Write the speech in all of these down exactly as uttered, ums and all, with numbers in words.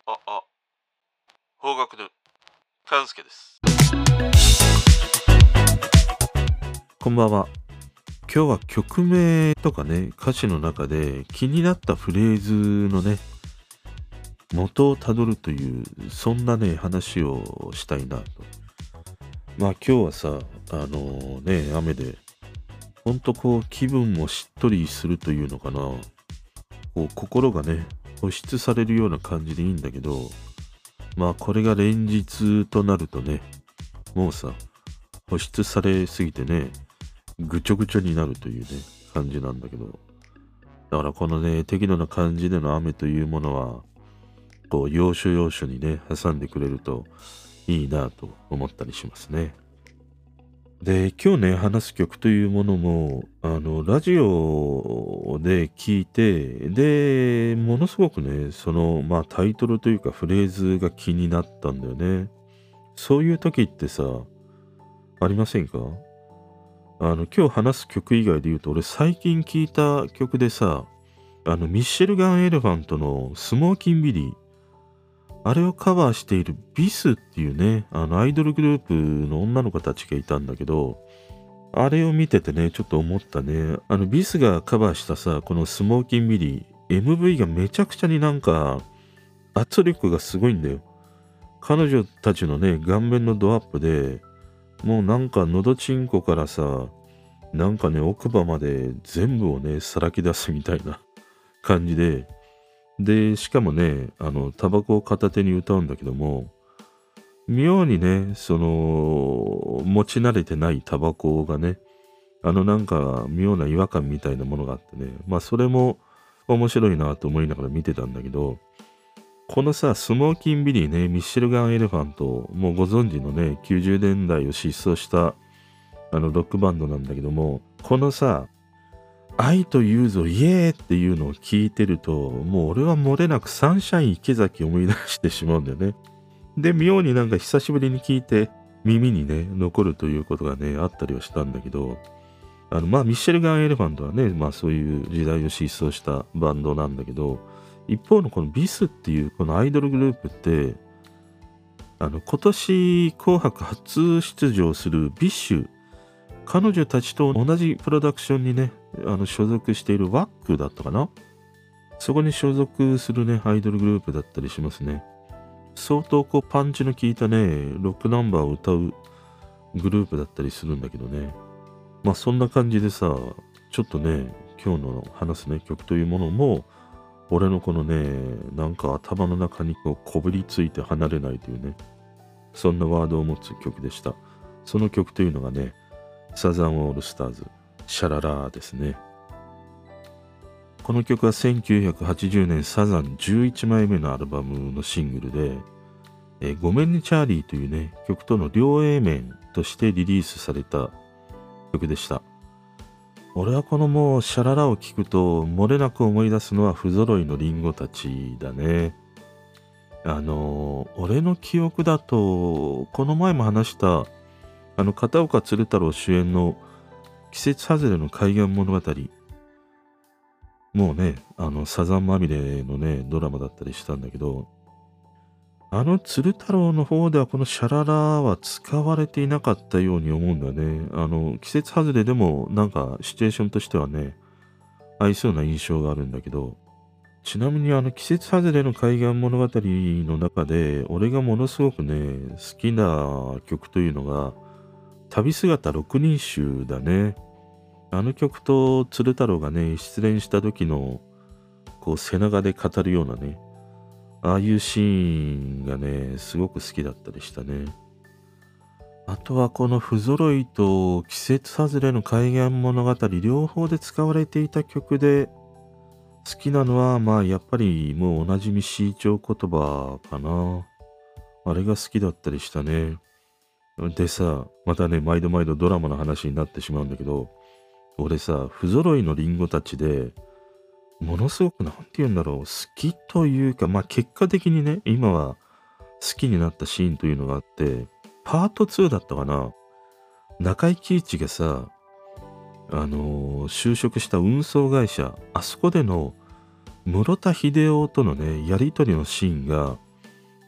あ、あ、邦楽の勘介です。 こんばんは。今日は曲名とかね、歌詞の中で気になったフレーズのね、元をたどるという、そんなね、話をしたいなと。まあ今日はさ、あのね、雨で、ほんとこう気分もしっとりするというのかな。こう心がね、保湿されるような感じでいいんだけど、まあこれが連日となるとね、もうさ、保湿されすぎてね、ぐちょぐちょになるというね、感じなんだけど。だからこのね、適度な感じでの雨というものは、こう、要所要所にね、挟んでくれるといいなと思ったりしますね。で、今日ね、話す曲というものも、あの、ラジオで聞いて、で、ものすごくね、その、まあ、タイトルというかフレーズが気になったんだよね。そういう時ってさ、ありませんか？あの、今日話す曲以外で言うと、俺最近聞いた曲でさ、あの、ミッシェルガン・エレファントのスモーキン・ビリー、あれをカバーしているビスっていうね、あの、アイドルグループの女の子たちがいたんだけど、あれを見ててね、ちょっと思ったね。あの、ビスがカバーしたさ、このスモーキン・ビリー、エムブイ がめちゃくちゃになんか、圧力がすごいんだよ。彼女たちのね、顔面のドアップで、もうなんか喉チンコからさ、なんかね、奥歯まで全部をね、さらき出すみたいな感じで、で、しかもね、あの、タバコを片手に歌うんだけども、妙にね、その、持ち慣れてないタバコがね、あのなんか妙な違和感みたいなものがあってね、まあそれも面白いなと思いながら見てたんだけど、このさ、スモーキンビリーね、ミッシェルガン・エレファント、もうご存知のね、きゅうじゅうねんだいを失踪したあのロックバンドなんだけども、このさ、愛というぞイエーっていうのを聞いてると、もう俺は漏れなくサンシャイン池崎を思い出してしまうんだよね。で、妙になんか久しぶりに聞いて耳にね、残るということがね、あったりはしたんだけど、あの、まあ、ミッシェルガン・エレファントはね、まあそういう時代を失踪したバンドなんだけど、一方のこのビスっていうこのアイドルグループって、あの、今年紅白初出場するビッシュ、彼女たちと同じプロダクションにね、あの所属しているワックだったかな、そこに所属するね、アイドルグループだったりしますね。相当こうパンチの効いたね、ロックナンバーを歌うグループだったりするんだけどね。まあそんな感じでさ、ちょっとね、今日の話すね、曲というものも、俺のこのね、なんか頭の中にこうこびりついて離れないというね、そんなワードを持つ曲でした。その曲というのがね、サザンオールスターズ、シャララーですね。この曲はせんきゅうひゃくはちじゅうねんサザンじゅういちまいめのアルバムのシングルで、えーごめんねチャーリーというね、曲との両 A 面としてリリースされた曲でした。俺はこのもうシャララを聴くと漏れなく思い出すのは不揃いのリンゴたちだね。あのー俺の記憶だと、この前も話した、あの片岡鶴太郎主演の季節外れの海岸物語、もうね、あの、サザンまみれのね、ドラマだったりしたんだけど、あの鶴太郎の方ではこのシャララは使われていなかったように思うんだよね。あの、季節外れでもなんかシチュエーションとしてはね、合いそうな印象があるんだけど、ちなみにあの季節外れの海岸物語の中で、俺がものすごくね、好きな曲というのが、旅姿六人衆だね。あの曲と鶴太郎がね、失恋した時の、こう背中で語るようなね、ああいうシーンがね、すごく好きだったりしたね。あとはこの不揃いと季節外れの海岸物語両方で使われていた曲で好きなのは、まあやっぱりもうおなじみシーチョー言葉かな。あれが好きだったりしたね。でさ、またね、毎度毎度ドラマの話になってしまうんだけど、俺さ、不揃いのリンゴたちで、ものすごくなんて言うんだろう、好きというか、まあ結果的にね、今は好きになったシーンというのがあって、パートツーだったかな。中井貴一がさ、あのー就職した運送会社、あそこでの室田秀夫とのね、やりとりのシーンが、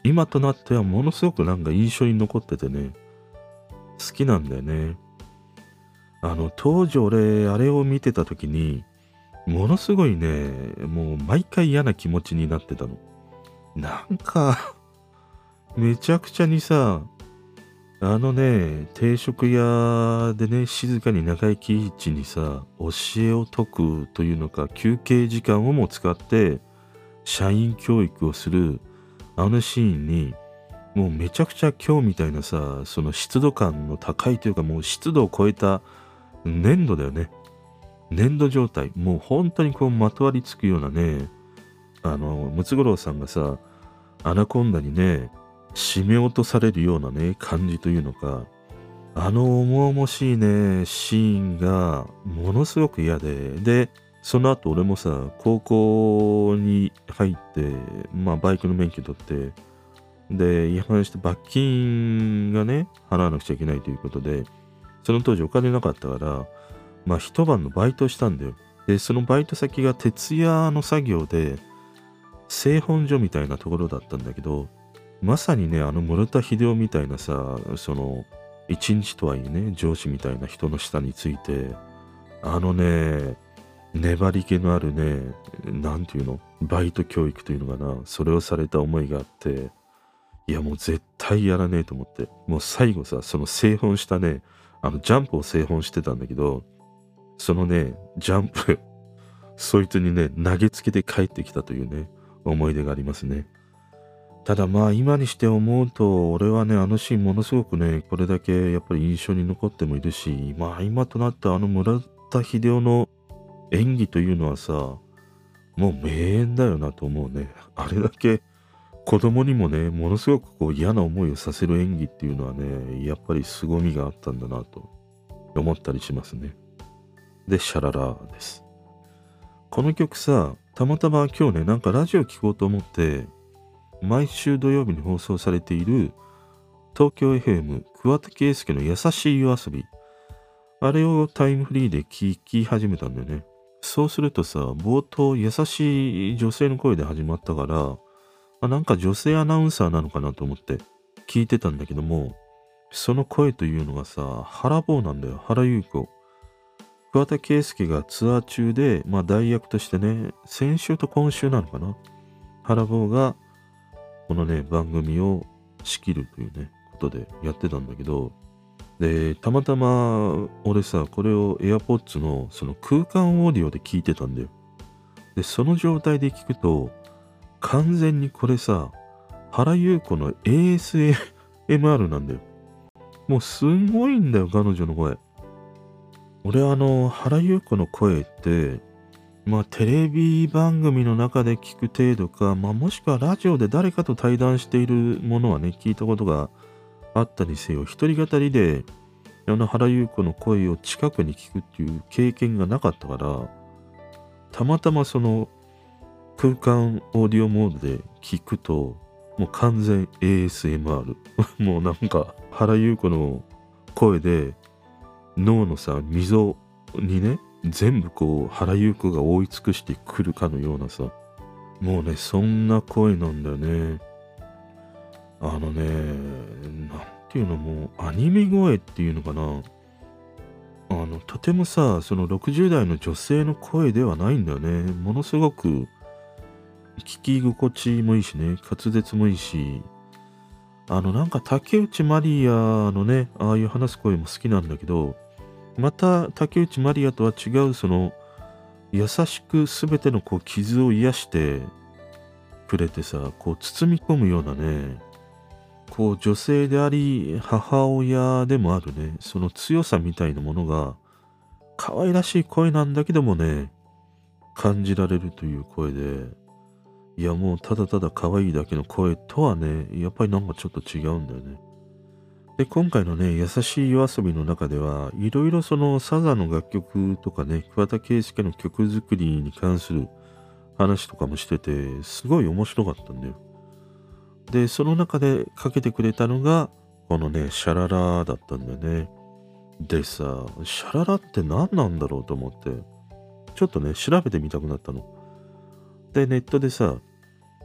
今となってはものすごくなんか印象に残っててね、好きなんだよね。あの、当時俺、あれを見てた時に、ものすごいね、もう毎回嫌な気持ちになってたの。なんかめちゃくちゃにさ、あのね、定食屋でね、静かに中井貴一にさ、教えを説くというのか、休憩時間をも使って、社員教育をする、あのシーンに、もうめちゃくちゃ今日みたいなさ、その湿度感の高いというか、もう湿度を超えた粘土だよね。粘土状態。もう本当にこうまとわりつくようなね、あの、ムツゴロウさんがさ、アナコンダにね、締め落とされるようなね、感じというのか、あの重々しいね、シーンがものすごく嫌で、で、その後俺もさ、高校に入って、まあバイクの免許取って、で、違反して罰金がね、払わなくちゃいけないということで、その当時お金なかったから、まあ一晩のバイトしたんだよ。で、そのバイト先が徹夜の作業で、製本所みたいなところだったんだけど、まさにね、あの室田秀夫みたいなさ、その、一日とはいえね、上司みたいな人の下について、あのね、粘り気のあるね、なんていうの、バイト教育というのかな、それをされた思いがあって、いやもう絶対やらねえと思って、もう最後さ、その製本したね、あのジャンプを製本してたんだけど、そのね、ジャンプそいつにね、投げつけて帰ってきたというね、思い出がありますね。ただまあ今にして思うと、俺はね、あのシーンものすごくね、これだけやっぱり印象に残ってもいるし、まあ今となってあの村田秀夫の演技というのはさ、もう名演だよなと思うね。あれだけ子供にもね、ものすごくこう嫌な思いをさせる演技っていうのはね、やっぱり凄みがあったんだなと思ったりしますね。で、シャララです。この曲さ、たまたま今日ね、なんかラジオ聴こうと思って、毎週土曜日に放送されている東京 エフエム 桑田佳祐の優しい夜遊び。あれをタイムフリーで聴き始めたんだよね。そうするとさ、冒頭優しい女性の声で始まったから、あ、なんか女性アナウンサーなのかなと思って聞いてたんだけども、その声というのがさ、原坊なんだよ。原優子。桑田佳祐がツアー中で、まあ代役としてね、先週と今週なのかな。原坊がこのね、番組を仕切るというね、ことでやってたんだけど、で、たまたま俺さ、これを AirPods のその空間オーディオで聞いてたんだよ。で、その状態で聞くと、完全にこれさ、原優子の エーエスエムアール なんだよ。もうすんごいんだよ、彼女の声。俺あの、原優子の声って、まあテレビ番組の中で聞く程度か、まあもしくはラジオで誰かと対談しているものはね、聞いたことがあったにせよ、一人語りで、あの原優子の声を近くに聞くっていう経験がなかったから、たまたまその空間オーディオモードで聞くと、もう完全 エーエスエムアール。もうなんか原優子の声で脳のさ、溝にね、全部こう原優子が覆い尽くしてくるかのようなさ、もうね、そんな声なんだよね。あのね、なんていうの、もうアニメ声っていうのかな。あの、とてもさ、そのろくじゅう代の女性の声ではないんだよね。ものすごく聞き心地もいいしね、滑舌もいいし、あの、なんか竹内まりやのね、ああいう話す声も好きなんだけど、また竹内まりやとは違う、その、優しくすべてのこう傷を癒してくれてさ、こう包み込むようなね、こう女性であり母親でもあるね、その強さみたいなものが可愛らしい声なんだけどもね、感じられるという声で、いやもうただただ可愛いだけの声とはね、やっぱりなんかちょっと違うんだよね。で、今回のね、優しい夜遊びの中では、いろいろそのサザンの楽曲とかね、桑田佳祐の曲作りに関する話とかもしてて、すごい面白かったんだよ。で、その中でかけてくれたのが、このね、シャララだったんだよね。でさ、シャララって何なんだろうと思って、ちょっとね、調べてみたくなったの。で、ネットでさ、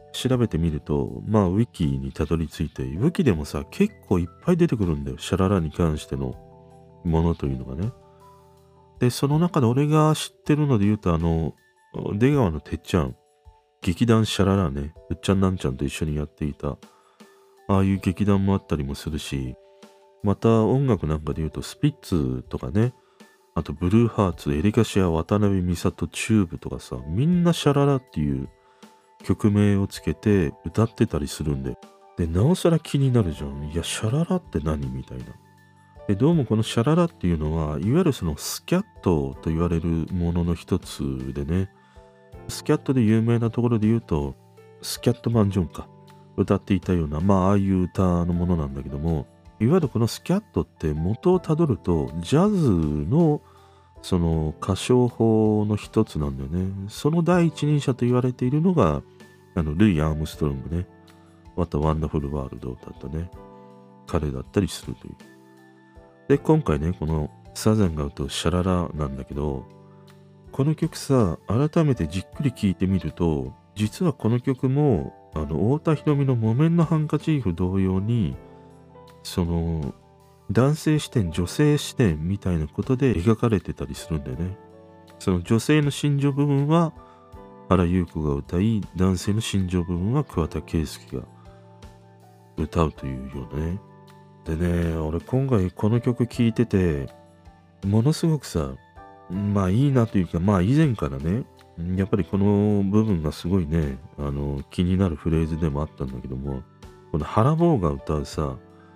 調べてみると、まあ、ウィキにたどり着いて、ウィキでもさ、結構いっぱい出てくるんだよ。シャララに関してのものというのがね。で、その中で俺が知ってるので言うと、あの、出川のてっちゃん、劇団シャララね、うっちゃんなんちゃんと一緒にやっていた、ああいう劇団もあったりもするし、また音楽なんかで言うと、スピッツとかね、あとブルーハーツ、エリカシア、渡辺美里、チューブとかさ、みんなシャララっていう曲名をつけて歌ってたりするんで。で、なおさら気になるじゃん。いや、シャララって何みたいな。で、どうもこのシャララっていうのは、いわゆるそのスキャットと言われるものの一つでね、スキャットで有名なところで言うと、スキャットマン・ジョンか。歌っていたような、まあ、ああいう歌のものなんだけども、いわゆるこのスキャットって元をたどると、ジャズのその歌唱法の一つなんだよね。その第一人者と言われているのが、あの、ルイ・アームストロングね。また、ワンダフル・ワールドだったね。彼だったりするという。で、今回ね、このサザンが歌うシャララなんだけど、この曲さ、改めてじっくり聴いてみると、実はこの曲も、あの、太田裕美の木綿のハンカチーフ同様に、その、男性視点、女性視点みたいなことで描かれてたりするんだよね。その女性の心情部分は原由子が歌い、男性の心情部分は桑田佳祐が歌うというようなね。でね、俺今回この曲聴いてて、ものすごくさ、まあいいなというか、まあ以前からね、やっぱりこの部分がすごいね、あの、気になるフレーズでもあったんだけども、この原坊が歌うさ、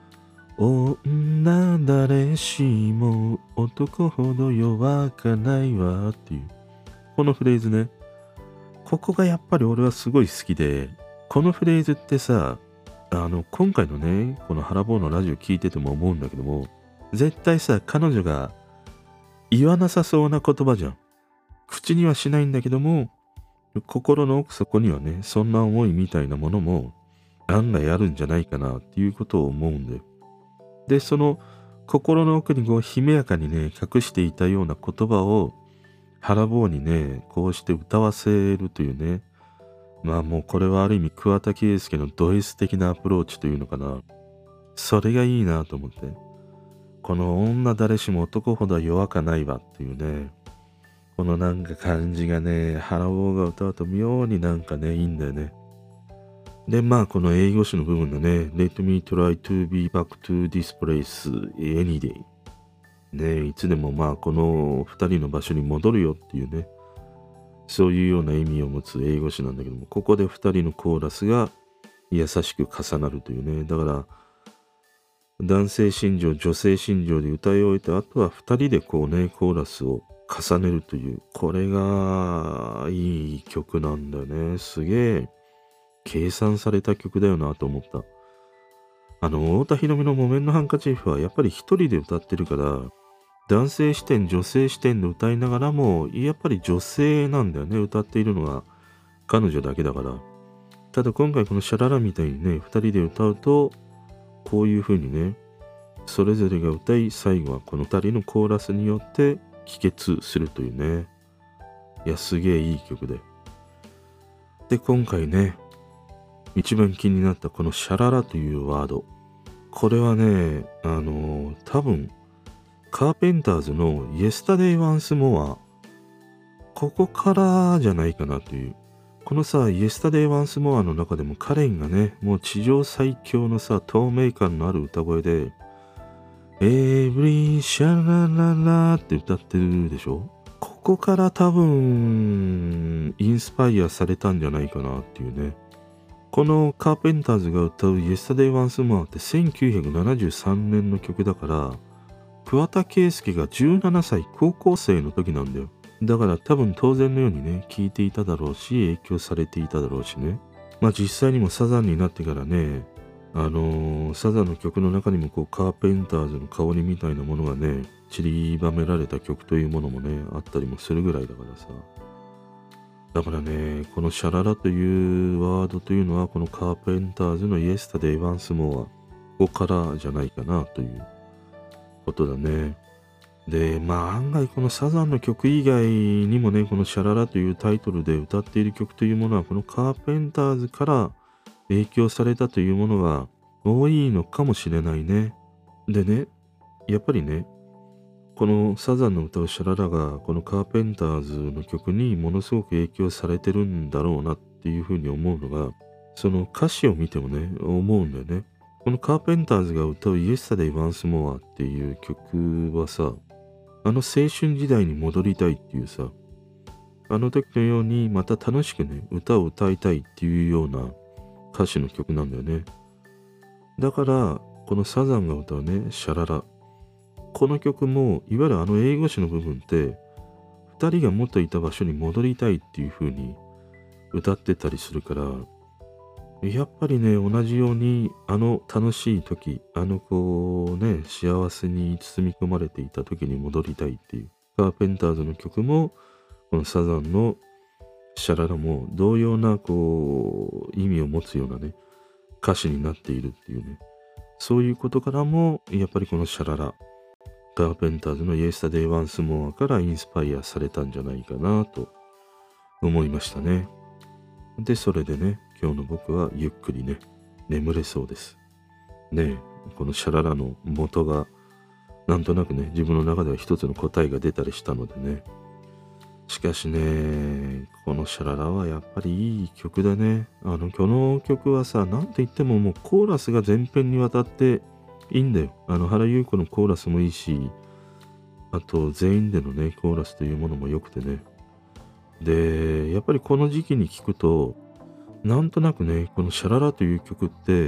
女誰しも男ほど弱かないわっていう、このフレーズね、ここがやっぱり俺はすごい好きで、このフレーズってさ、あの、今回のね、この原坊のラジオ聞いてても思うんだけども、絶対さ、彼女が言わなさそうな言葉じゃん。口にはしないんだけども、心の奥底にはね、そんな思いみたいなものも案外あるんじゃないかなっていうことを思うんだよ。で、その心の奥にこう、ひめやかにね、隠していたような言葉を原坊にね、こうして歌わせるというね。まあもうこれはある意味桑田佳祐のド S 的なアプローチというのかな。それがいいなと思って。この女誰しも男ほどは弱かないわっていうね。このなんか感じがね、原坊が歌うと妙になんかね、いいんだよね。で、まあこの英語詞の部分のね、Let me try to be back to this place any day。ね、いつでもまあこの二人の場所に戻るよっていうね、そういうような意味を持つ英語詞なんだけども、ここで二人のコーラスが優しく重なるというね。だから、男性心情、女性心情で歌い終えた後は二人でこうね、コーラスを重ねるという、これがいい曲なんだよね。すげえ計算された曲だよなと思った。あの、太田裕美の木綿のハンカチーフはやっぱり一人で歌ってるから、男性視点、女性視点で歌いながらも、やっぱり女性なんだよね。歌っているのは彼女だけだから。ただ今回このシャララみたいにね、二人で歌うと、こういう風にね、それぞれが歌い、最後はこの二人のコーラスによって帰結するというね。いや、すげえいい曲で。で、今回ね、一番気になったこのシャララというワード。これはね、あのー、多分、カーペンターズの Yesterday Once More。ここからじゃないかなという。このさ、Yesterday Once More の中でもカレンがね、もう地上最強のさ、透明感のある歌声で、Every Sha-la-la-la って歌ってるでしょ。ここから多分、インスパイアされたんじゃないかなっていうね。このカーペンターズが歌う Yesterday Once More ってせんきゅうひゃくななじゅうさんねんの曲だから、桑田佳祐がじゅうななさい高校生の時なんだよ。だから多分当然のようにね、聴いていただろうし、影響されていただろうしね。まあ実際にもサザンになってからね、あのー、サザンの曲の中にもこうカーペンターズの香りみたいなものがね、散りばめられた曲というものもね、あったりもするぐらいだからさ。だからね、このシャララというワードというのは、このカーペンターズの Yesterday Once More ここからじゃないかなということだね。 で、まあ案外このサザンの曲以外にもね、このシャララというタイトルで歌っている曲というものは、このカーペンターズから影響されたというものが多いのかもしれないね。でね、やっぱりね、このサザンの歌うシャララがこのカーペンターズの曲にものすごく影響されてるんだろうなっていうふうに思うのが、その歌詞を見てもね、思うんだよね。このカーペンターズが歌う Yesterday Once More っていう曲はさ、あの青春時代に戻りたいっていうさ、あの時のようにまた楽しくね、歌を歌いたいっていうような歌詞の曲なんだよね。だから、このサザンが歌うね、シャララ。この曲も、いわゆるあの英語詞の部分って、二人が元いた場所に戻りたいっていう風に歌ってたりするから、やっぱりね、同じように、あの楽しい時、あのこうね、幸せに包み込まれていた時に戻りたいっていう、カーペンターズの曲も、このサザンのシャララも同様なこう、意味を持つようなね、歌詞になっているっていうね、そういうことからも、やっぱりこのシャララ、カーペンターズの Yesterday Once More からインスパイアされたんじゃないかなと思いましたね。で、それでね、今日の僕はゆっくりね、眠れそうです。ねえ、このシャララの元が、なんとなくね、自分の中では一つの答えが出たりしたのでね。しかしね、このシャララはやっぱりいい曲だね。あの、この曲はさ、なんと言ってももうコーラスが全編にわたっていいんだよ。あの、原由子のコーラスもいいし、あと全員でのね、コーラスというものも良くてね。で、やっぱりこの時期に聴くと、なんとなくね、このシャララという曲って、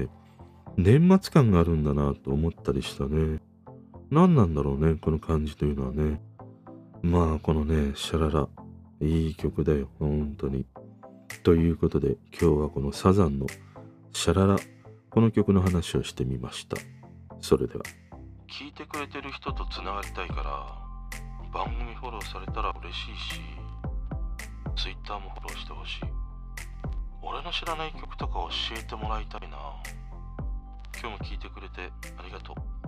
年末感があるんだなと思ったりしたね。何なんだろうね、この感じというのはね。まあ、このね、シャララ、いい曲だよ、本当に。ということで、今日はこのサザンのシャララ、この曲の話をしてみました。それでは。聞いてくれてる人とつながりたいから、番組フォローされたら嬉しいし、Twitter もフォローしてほしい。俺の知らない曲とか教えてもらいたいな。今日も聞いてくれてありがとう。